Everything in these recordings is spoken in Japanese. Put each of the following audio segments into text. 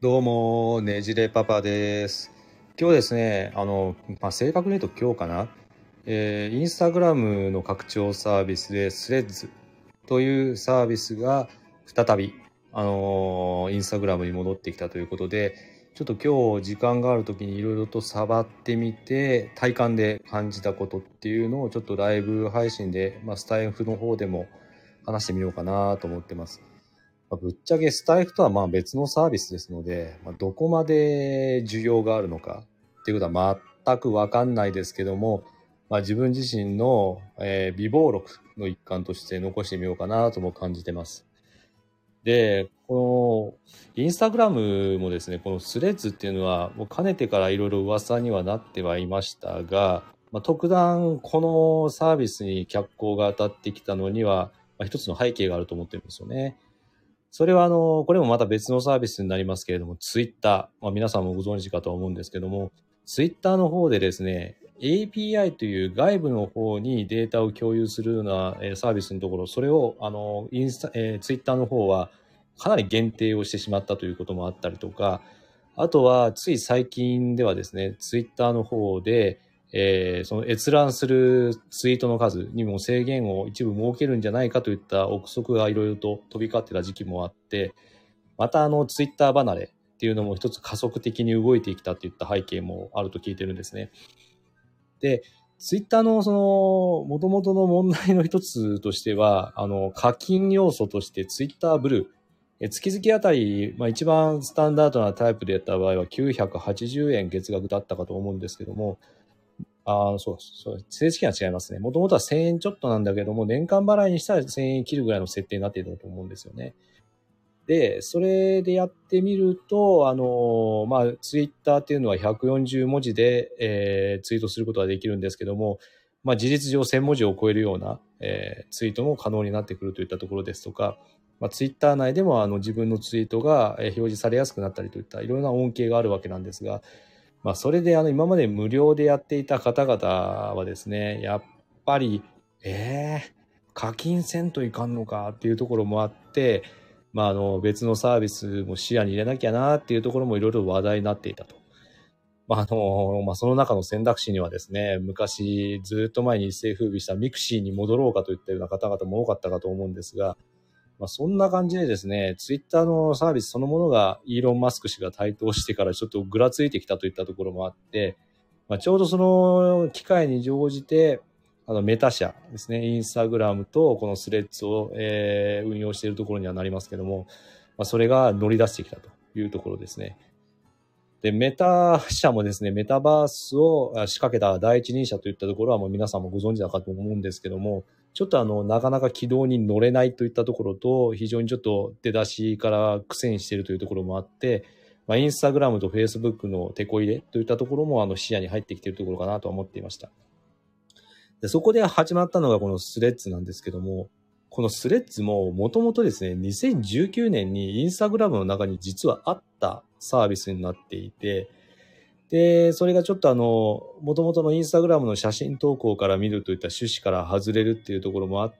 どうも、ねじれパパです。今日ですね、正確に言うと今日かな、インスタグラムの拡張サービスでスレッズというサービスが再び、インスタグラムに戻ってきたということで、ちょっと今日時間がある時にいろいろと触ってみて、体感で感じたことっていうのをちょっとライブ配信で、スタイフの方でも話してみようかなと思ってます。ぶっちゃけスタイフとは別のサービスですので、どこまで需要があるのかっていうことは全くわかんないですけども、自分自身の、備忘録の一環として残してみようかなとも感じてます。で、このインスタグラムもですね、このスレッズっていうのはもうかねてからいろいろ噂にはなってはいましたが、特段このサービスに脚光が当たってきたのには、一つの背景があると思ってるんですよね。それはこれもまた別のサービスになりますけれども、ツイッター、皆さんもご存知かとは思うんですけども、ツイッターの方でですね、API という外部の方にデータを共有するようなサービスのところ、それをツイッターの方はかなり限定をしてしまったということもあったりとか、あとはつい最近ではですね、ツイッターの方でその閲覧するツイートの数にも制限を一部設けるんじゃないかといった憶測がいろいろと飛び交ってた時期もあって、またツイッター離れっていうのも一つ加速的に動いてきたといった背景もあると聞いてるんですね。で、ツイッターのその元々の問題の一つとしては、課金要素としてツイッターブルー、月々あたり、一番スタンダードなタイプでやった場合は980円月額だったかと思うんですけども、正式には違いますね。もともとは1000円ちょっとなんだけども、年間払いにしたら1000円切るぐらいの設定になっていたと思うんですよね。で、それでやってみると、ツイッターっていうのは140文字で、ツイートすることができるんですけども、事実上1000文字を超えるような、ツイートも可能になってくるといったところですとか、ツイッター内でも自分のツイートが表示されやすくなったりといったいろんな恩恵があるわけなんですが、それで今まで無料でやっていた方々はですね、やっぱり、課金せんといかんのかっていうところもあって、別のサービスも視野に入れなきゃなっていうところもいろいろ話題になっていたと。その中の選択肢にはですね、昔ずっと前に一世風靡したミクシーに戻ろうかといったような方々も多かったかと思うんですが、そんな感じでですね、ツイッターのサービスそのものがイーロン・マスク氏が台頭してからちょっとぐらついてきたといったところもあって、ちょうどその機会に乗じて、メタ社ですね、インスタグラムとこのスレッズを、運用しているところにはなりますけども、それが乗り出してきたというところですね。で、メタ社もですね、メタバースを仕掛けた第一人者といったところはもう皆さんもご存知だかと思うんですけども、ちょっとなかなか軌道に乗れないといったところと、非常にちょっと出だしから苦戦しているというところもあって、インスタグラムとフェイスブックのテこ入れといったところも視野に入ってきているところかなと思っていました。で、そこで始まったのがこのスレッズなんですけども、このスレッズももともとですね、2019年にインスタグラムの中に実はあったサービスになっていて、で、それがちょっともともとのインスタグラムの写真投稿から見るといった趣旨から外れるっていうところもあって、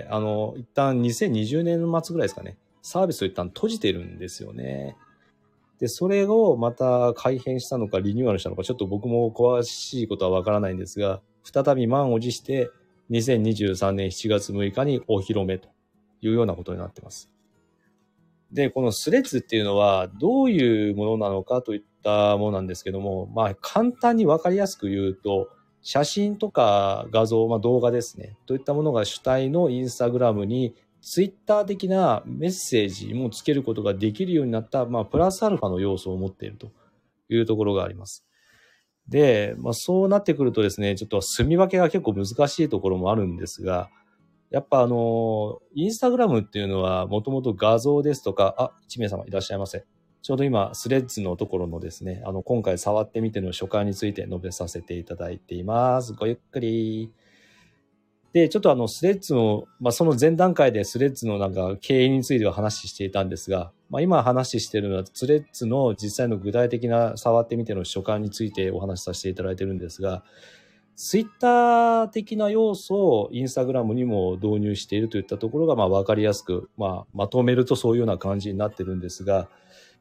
一旦2020年の末ぐらいですかね、サービスを一旦閉じてるんですよね。で、それをまた改変したのかリニューアルしたのか、ちょっと僕も詳しいことはわからないんですが、再び満を持して2023年7月6日にお披露目というようなことになっています。で、このスレッズっていうのはどういうものなのかといったものなんですけども、簡単にわかりやすく言うと、写真とか画像、動画ですね、といったものが主体のインスタグラムにツイッター的なメッセージもつけることができるようになった、プラスアルファの要素を持っているというところがあります。で、そうなってくるとですね、ちょっと住み分けが結構難しいところもあるんですが、やっぱインスタグラムっていうのはもともと画像ですとか、1名様いらっしゃいませ。ちょうど今、スレッズのところのですね、今回触ってみての所感について述べさせていただいています。ごゆっくり。で、ちょっとスレッズの、その前段階でスレッズの経緯については話していたんですが、今話しているのはスレッズの実際の具体的な触ってみての所感についてお話しさせていただいているんですが、ツイッター的な要素をインスタグラムにも導入しているといったところが、わかりやすく、まとめるとそういうような感じになってるんですが、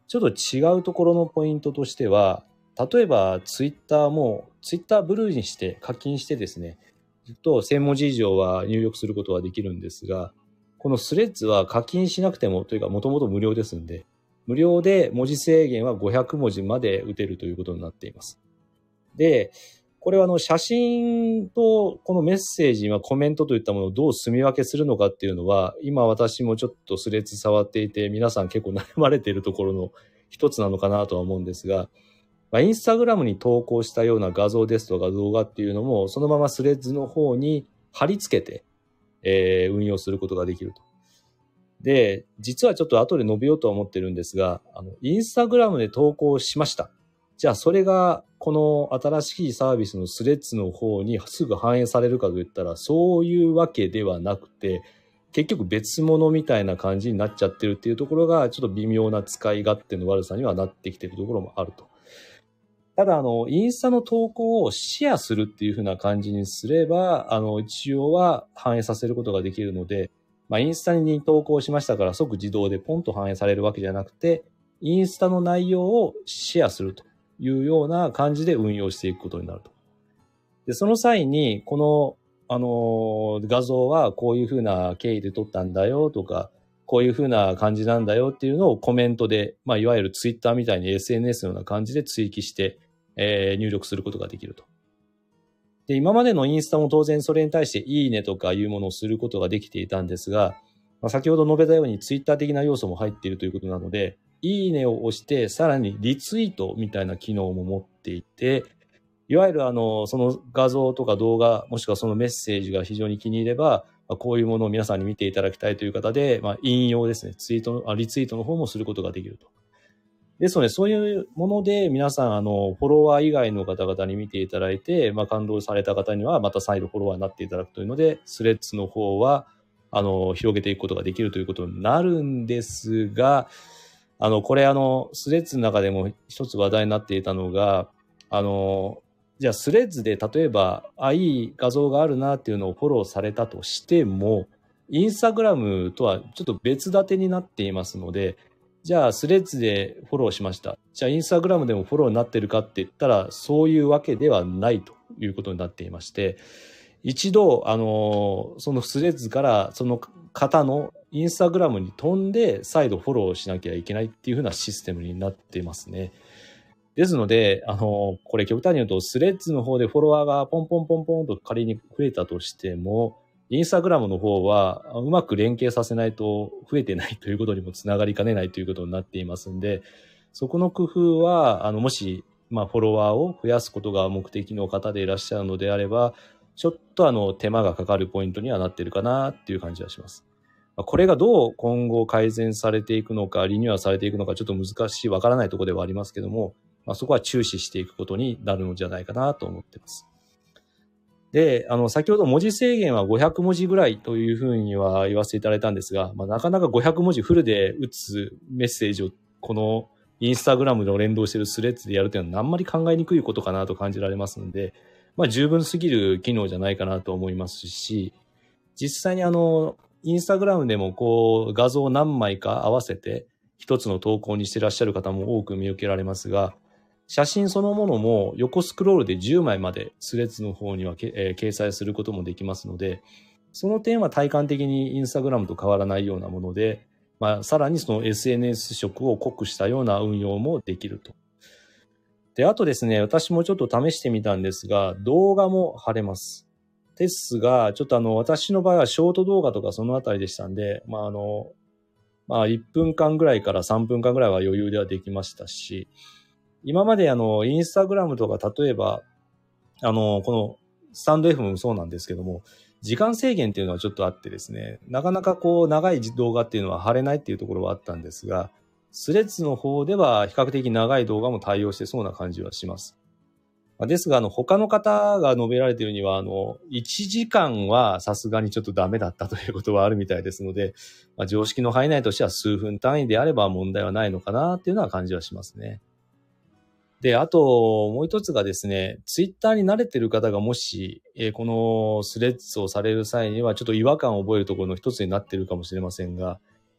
ちょっと違うところのポイントとしては、例えばツイッターも、ツイッターブルーにして課金してですね、ずっと1000文字以上は入力することはできるんですが、このスレッズは課金しなくても、というかもともと無料ですんで、無料で文字制限は500文字まで打てるということになっています。で、これは写真とこのメッセージはコメントといったものをどう住み分けするのかっていうのは、今私もちょっとスレッズ触っていて、皆さん結構悩まれているところの一つなのかなとは思うんですが、インスタグラムに投稿したような画像ですとか動画っていうのも、そのままスレッズの方に貼り付けて、運用することができると。で、実はちょっと後で述べようとは思ってるんですが、インスタグラムで投稿しました。じゃあそれがこの新しいサービスのスレッズの方にすぐ反映されるかといったら、そういうわけではなくて、結局別物みたいな感じになっちゃってるっていうところが、ちょっと微妙な使い勝手の悪さにはなってきているところもあると。ただ、インスタの投稿をシェアするっていう風な感じにすれば、一応は反映させることができるので、インスタに投稿しましたから即自動でポンと反映されるわけじゃなくて、インスタの内容をシェアするというような感じで運用していくことになると。で、その際に、この、画像はこういう風な経緯で撮ったんだよとか、こういう風な感じなんだよっていうのをコメントで、いわゆるツイッターみたいに SNS のような感じで追記して、入力することができると。で、今までのインスタも当然それに対していいねとかいうものをすることができていたんですが、先ほど述べたようにツイッター的な要素も入っているということなので、いいねを押して、さらにリツイートみたいな機能も持っていて、いわゆるその画像とか動画、もしくはそのメッセージが非常に気に入れば、こういうものを皆さんに見ていただきたいという方で、引用ですね、リツイートの方もすることができると。ですので、そういうもので皆さん、フォロワー以外の方々に見ていただいて、感動された方にはまた再度フォロワーになっていただくというので、スレッズの方は、広げていくことができるということになるんですが、これスレッズの中でも一つ話題になっていたのが、じゃあスレッズで例えば、いい画像があるなっていうのをフォローされたとしても、インスタグラムとはちょっと別立てになっていますので、じゃあスレッズでフォローしました。じゃあインスタグラムでもフォローになってるかって言ったら、そういうわけではないということになっていまして、一度、そのスレッズからその方のインスタグラムに飛んで再度フォローしなきゃいけないっていう風なシステムになっていますね。ですので、これ極端に言うと、スレッズの方でフォロワーがポンポンポンポンと仮に増えたとしても、インスタグラムの方はうまく連携させないと増えてないということにもつながりかねないということになっていますんで、そこの工夫は、もし、フォロワーを増やすことが目的の方でいらっしゃるのであれば、ちょっと手間がかかるポイントにはなっているかなっていう感じはします。これがどう今後改善されていくのか、リニューアルされていくのか、ちょっと難しい、わからないところではありますけども、そこは注視していくことになるのじゃないかなと思っています。で、先ほど文字制限は500文字ぐらいというふうには言わせていただいたんですが、なかなか500文字フルで打つメッセージをこのインスタグラムの連動しているスレッズでやるというのはあんまり考えにくいことかなと感じられますので、十分すぎる機能じゃないかなと思いますし、実際にインスタグラムでも画像を何枚か合わせて一つの投稿にしていらっしゃる方も多く見受けられますが、写真そのものも横スクロールで10枚までスレッズの方には掲載することもできますので、その点は体感的にインスタグラムと変わらないようなもので、さらにその SNS 色を濃くしたような運用もできると。で、あとですね、私もちょっと試してみたんですが、動画も貼れます。ですが、ちょっと私の場合はショート動画とかそのあたりでしたんで、1分間ぐらいから3分間ぐらいは余裕ではできましたし、今までインスタグラムとか例えば、このスタンド F もそうなんですけども、時間制限っていうのはちょっとあってですね、なかなか長い動画っていうのは貼れないっていうところはあったんですが、スレッズの方では比較的長い動画も対応してそうな感じはします。ですが、他の方が述べられているには、1時間はさすがにちょっとダメだったということはあるみたいですので、常識の範囲内としては数分単位であれば問題はないのかなっていうのは感じはしますね。で、あと、もう一つがですね、ツイッターに慣れている方がもし、このスレッズをされる際にはちょっと違和感を覚えるところの一つになっているかもしれませんが、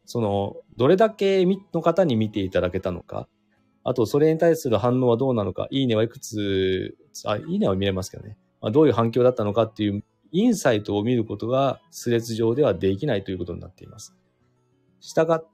どれだけの方に見ていただけたのか、あと、それに対する反応はどうなのか、いいねはいくつ、いいねは見れますけどね。どういう反響だったのかっていうインサイトを見ることがスレッズ上ではできないということになっています。したがって、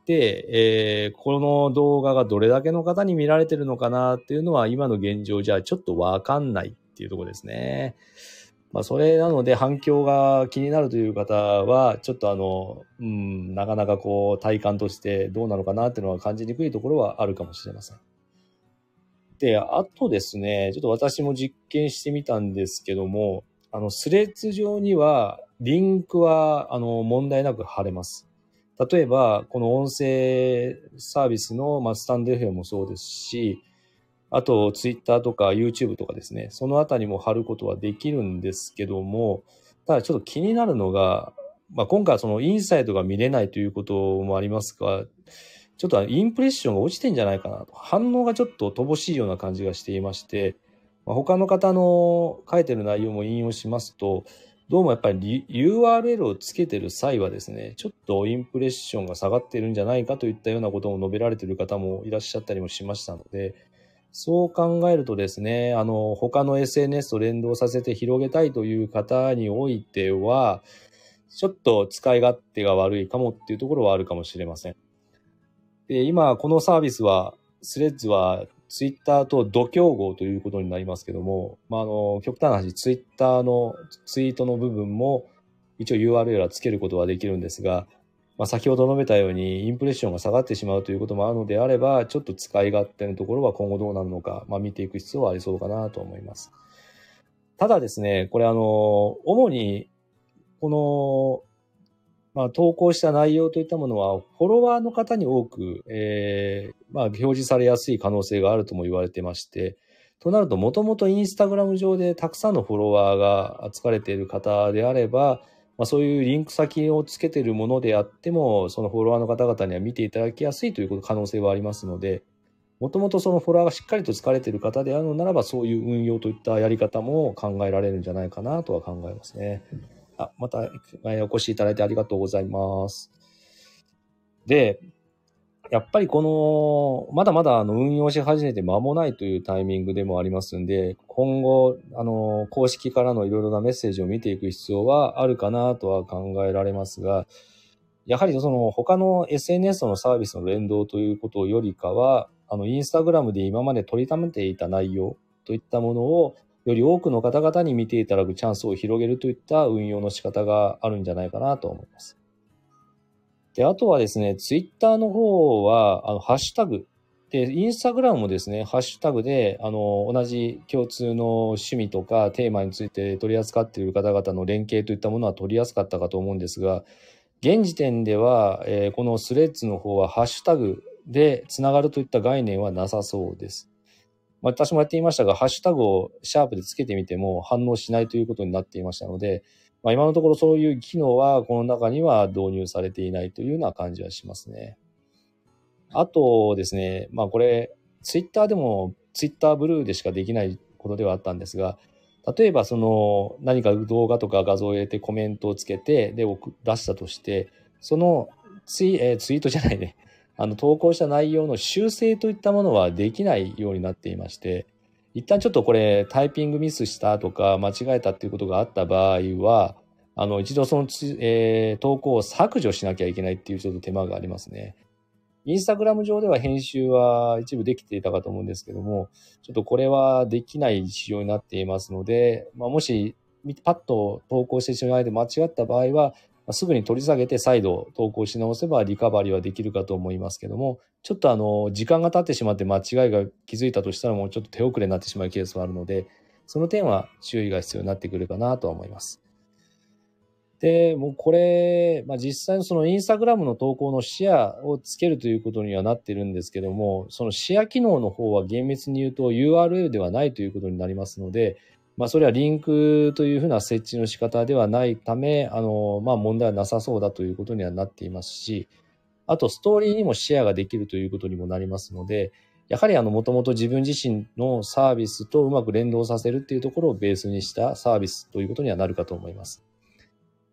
この動画がどれだけの方に見られてるのかなっていうのは今の現状じゃちょっとわかんないっていうところですね。それなので反響が気になるという方は、ちょっとなかなか体感としてどうなのかなっていうのは感じにくいところはあるかもしれません。で、あとですね、ちょっと私も実験してみたんですけども、スレッズ上には、リンクは、問題なく貼れます。例えば、この音声サービスの、スタンド FM もそうですし、あと、ツイッターとか YouTube とかですね、そのあたりも貼ることはできるんですけども、ただちょっと気になるのが、今回はそのインサイトが見れないということもありますが、ちょっとインプレッションが落ちてんじゃないかなと。反応がちょっと乏しいような感じがしていまして、他の方の書いてる内容も引用しますと、どうもやっぱり URL をつけてる際はですね、ちょっとインプレッションが下がってるんじゃないかといったようなことを述べられている方もいらっしゃったりもしましたので、そう考えるとですね、他の SNS と連動させて広げたいという方においては、ちょっと使い勝手が悪いかもっていうところはあるかもしれません。で、今、このサービスは、スレッズは、ツイッターと度競合ということになりますけども、極端な話、ツイッターのツイートの部分も、一応 URL はつけることはできるんですが、先ほど述べたように、インプレッションが下がってしまうということもあるのであれば、ちょっと使い勝手のところは今後どうなるのか、見ていく必要はありそうかなと思います。ただですね、これ主に、この、投稿した内容といったものは、フォロワーの方に多く、表示されやすい可能性があるとも言われてまして、となると、もともとインスタグラム上でたくさんのフォロワーがつかれている方であれば、そういうリンク先をつけているものであっても、そのフォロワーの方々には見ていただきやすいという可能性はありますので、もともとそのフォロワーがしっかりとつかれている方であるのならば、そういう運用といったやり方も考えられるんじゃないかなとは考えますね。また、お越しいただいてありがとうございます。で、やっぱりまだまだ運用し始めて間もないというタイミングでもありますんで、今後、公式からのいろいろなメッセージを見ていく必要はあるかなとは考えられますが、やはり他の SNS のサービスの連動ということよりかは、インスタグラムで今まで取りためていた内容といったものを、より多くの方々に見ていただくチャンスを広げるといった運用の仕方があるんじゃないかなと思います。で、あとはですね、ツイッターの方は、ハッシュタグ。で、インスタグラムもですね、ハッシュタグで、同じ共通の趣味とかテーマについて取り扱っている方々の連携といったものは取りやすかったかと思うんですが、現時点では、このスレッズの方はハッシュタグでつながるといった概念はなさそうです。私もやっていましたが、ハッシュタグをシャープでつけてみても反応しないということになっていましたので、今のところそういう機能はこの中には導入されていないというような感じはしますね。あとですね、これ、ツイッターでもツイッターブルーでしかできないことではあったんですが、例えば何か動画とか画像を入れてコメントをつけて、で、出したとして、そのツイートじゃないね。投稿した内容の修正といったものはできないようになっていまして、一旦ちょっとこれタイピングミスしたとか間違えたっていうことがあった場合は、一度投稿を削除しなきゃいけないっていうちょっと手間がありますね。インスタグラム上では編集は一部できていたかと思うんですけども、ちょっとこれはできない仕様になっていますので、もしパッと投稿してしまいで間違った場合は、すぐに取り下げて再度投稿し直せばリカバリーはできるかと思いますけども、ちょっと時間が経ってしまって間違いが気づいたとしたらもうちょっと手遅れになってしまうケースはあるので、その点は注意が必要になってくるかなとは思います。で、もうこれ、実際のそのインスタグラムの投稿のシェアをつけるということにはなっているんですけども、そのシェア機能の方は厳密に言うと URL ではないということになりますので、それはリンクというふうな設置の仕方ではないため、問題はなさそうだということにはなっていますし、あとストーリーにもシェアができるということにもなりますので、やはりもともと自分自身のサービスとうまく連動させるっていうところをベースにしたサービスということにはなるかと思います。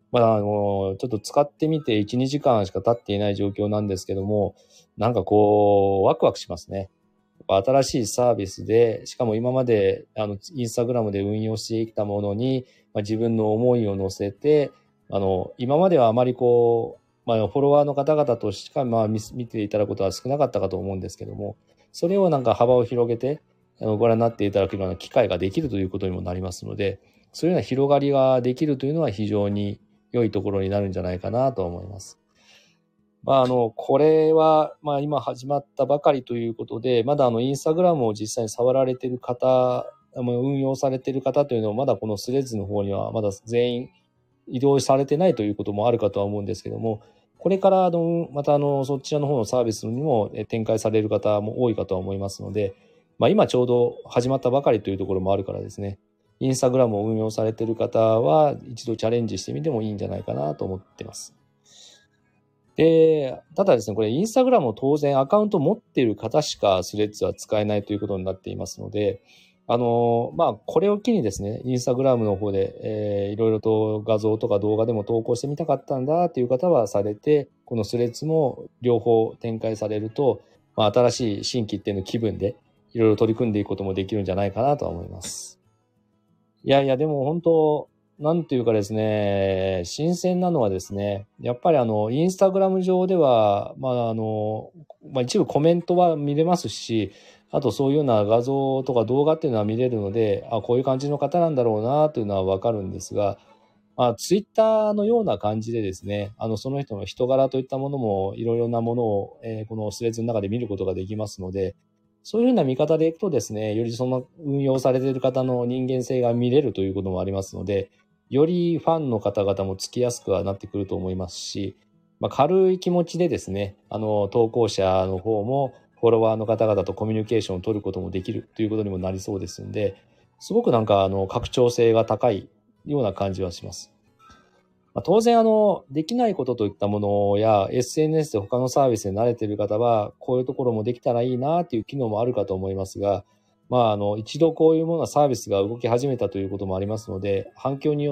ちょっと使ってみて1、2時間しか経っていない状況なんですけども、なんかこう、ワクワクしますね。新しいサービスで、しかも今まで、インスタグラムで運用してきたものに、自分の思いを乗せて、今まではあまりこう、フォロワーの方々としか、見ていただくことは少なかったかと思うんですけども、それをなんか幅を広げて、ご覧になっていただくような機会ができるということにもなりますので、そういうような広がりができるというのは非常に良いところになるんじゃないかなと思います。これは、今始まったばかりということで、まだインスタグラムを実際に触られている方、運用されている方というのは、まだこのスレッズの方にはまだ全員移動されてないということもあるかとは思うんですけども、これからまたそちらの方のサービスにも展開される方も多いかとは思いますので、今ちょうど始まったばかりというところもあるからですね、インスタグラムを運用されている方は一度チャレンジしてみてもいいんじゃないかなと思っています。で、ただですね、これインスタグラムを当然アカウントを持っている方しかスレッズは使えないということになっていますので、これを機にですね、インスタグラムの方で、いろいろと画像とか動画でも投稿してみたかったんだという方はされて、このスレッズも両方展開されると、新しい新規っていうの気分でいろいろ取り組んでいくこともできるんじゃないかなとは思います。いやいや、でも本当、なんていうかですね、新鮮なのはですね、やっぱりインスタグラム上では、一部コメントは見れますし、あとそういうような画像とか動画っていうのは見れるので、こういう感じの方なんだろうなというのはわかるんですが、ツイッターのような感じでですね、その人の人柄といったものもいろいろなものを、このスレッズの中で見ることができますので、そういうふうな見方でいくとですね、よりその運用されている方の人間性が見れるということもありますので、よりファンの方々もつきやすくはなってくると思いますし、軽い気持ちでですね、投稿者の方もフォロワーの方々とコミュニケーションを取ることもできるということにもなりそうですので、すごくなんか拡張性が高いような感じはします。当然できないことといったものや SNS で他のサービスに慣れている方はこういうところもできたらいいなっていう機能もあるかと思いますが、一度こういうものはサービスが動き始めたということもありますので、反響によって、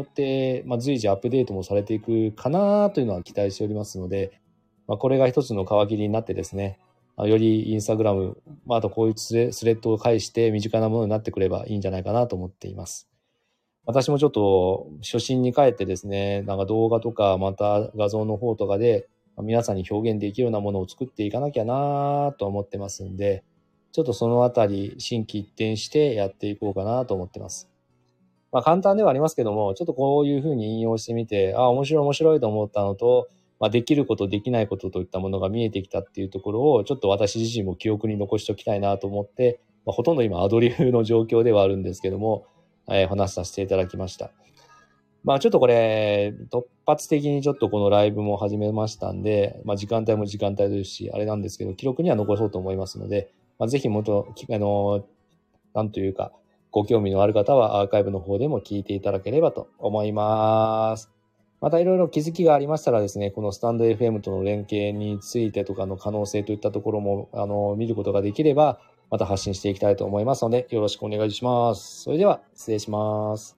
随時アップデートもされていくかなというのは期待しておりますので、これが一つの皮切りになってですね、よりインスタグラム、あとこういうスレッドを介して身近なものになってくればいいんじゃないかなと思っています。私もちょっと初心に帰ってですね、なんか動画とかまた画像の方とかで皆さんに表現できるようなものを作っていかなきゃなと思ってますんで、ちょっとそのあたり心機一転してやっていこうかなと思ってます。簡単ではありますけども、ちょっとこういうふうに引用してみて、面白いと思ったのと、できることできないことといったものが見えてきたっていうところをちょっと私自身も記憶に残しておきたいなと思って、ほとんど今アドリブの状況ではあるんですけども、話させていただきました。ちょっとこれ、突発的にちょっとこのライブも始めましたんで、時間帯も時間帯ですし、あれなんですけど、記録には残そうと思いますので、ぜひなんというか、ご興味のある方はアーカイブの方でも聞いていただければと思います。またいろいろ気づきがありましたらですね、このスタンド FM との連携についてとかの可能性といったところも、見ることができれば、また発信していきたいと思いますので、よろしくお願いします。それでは、失礼します。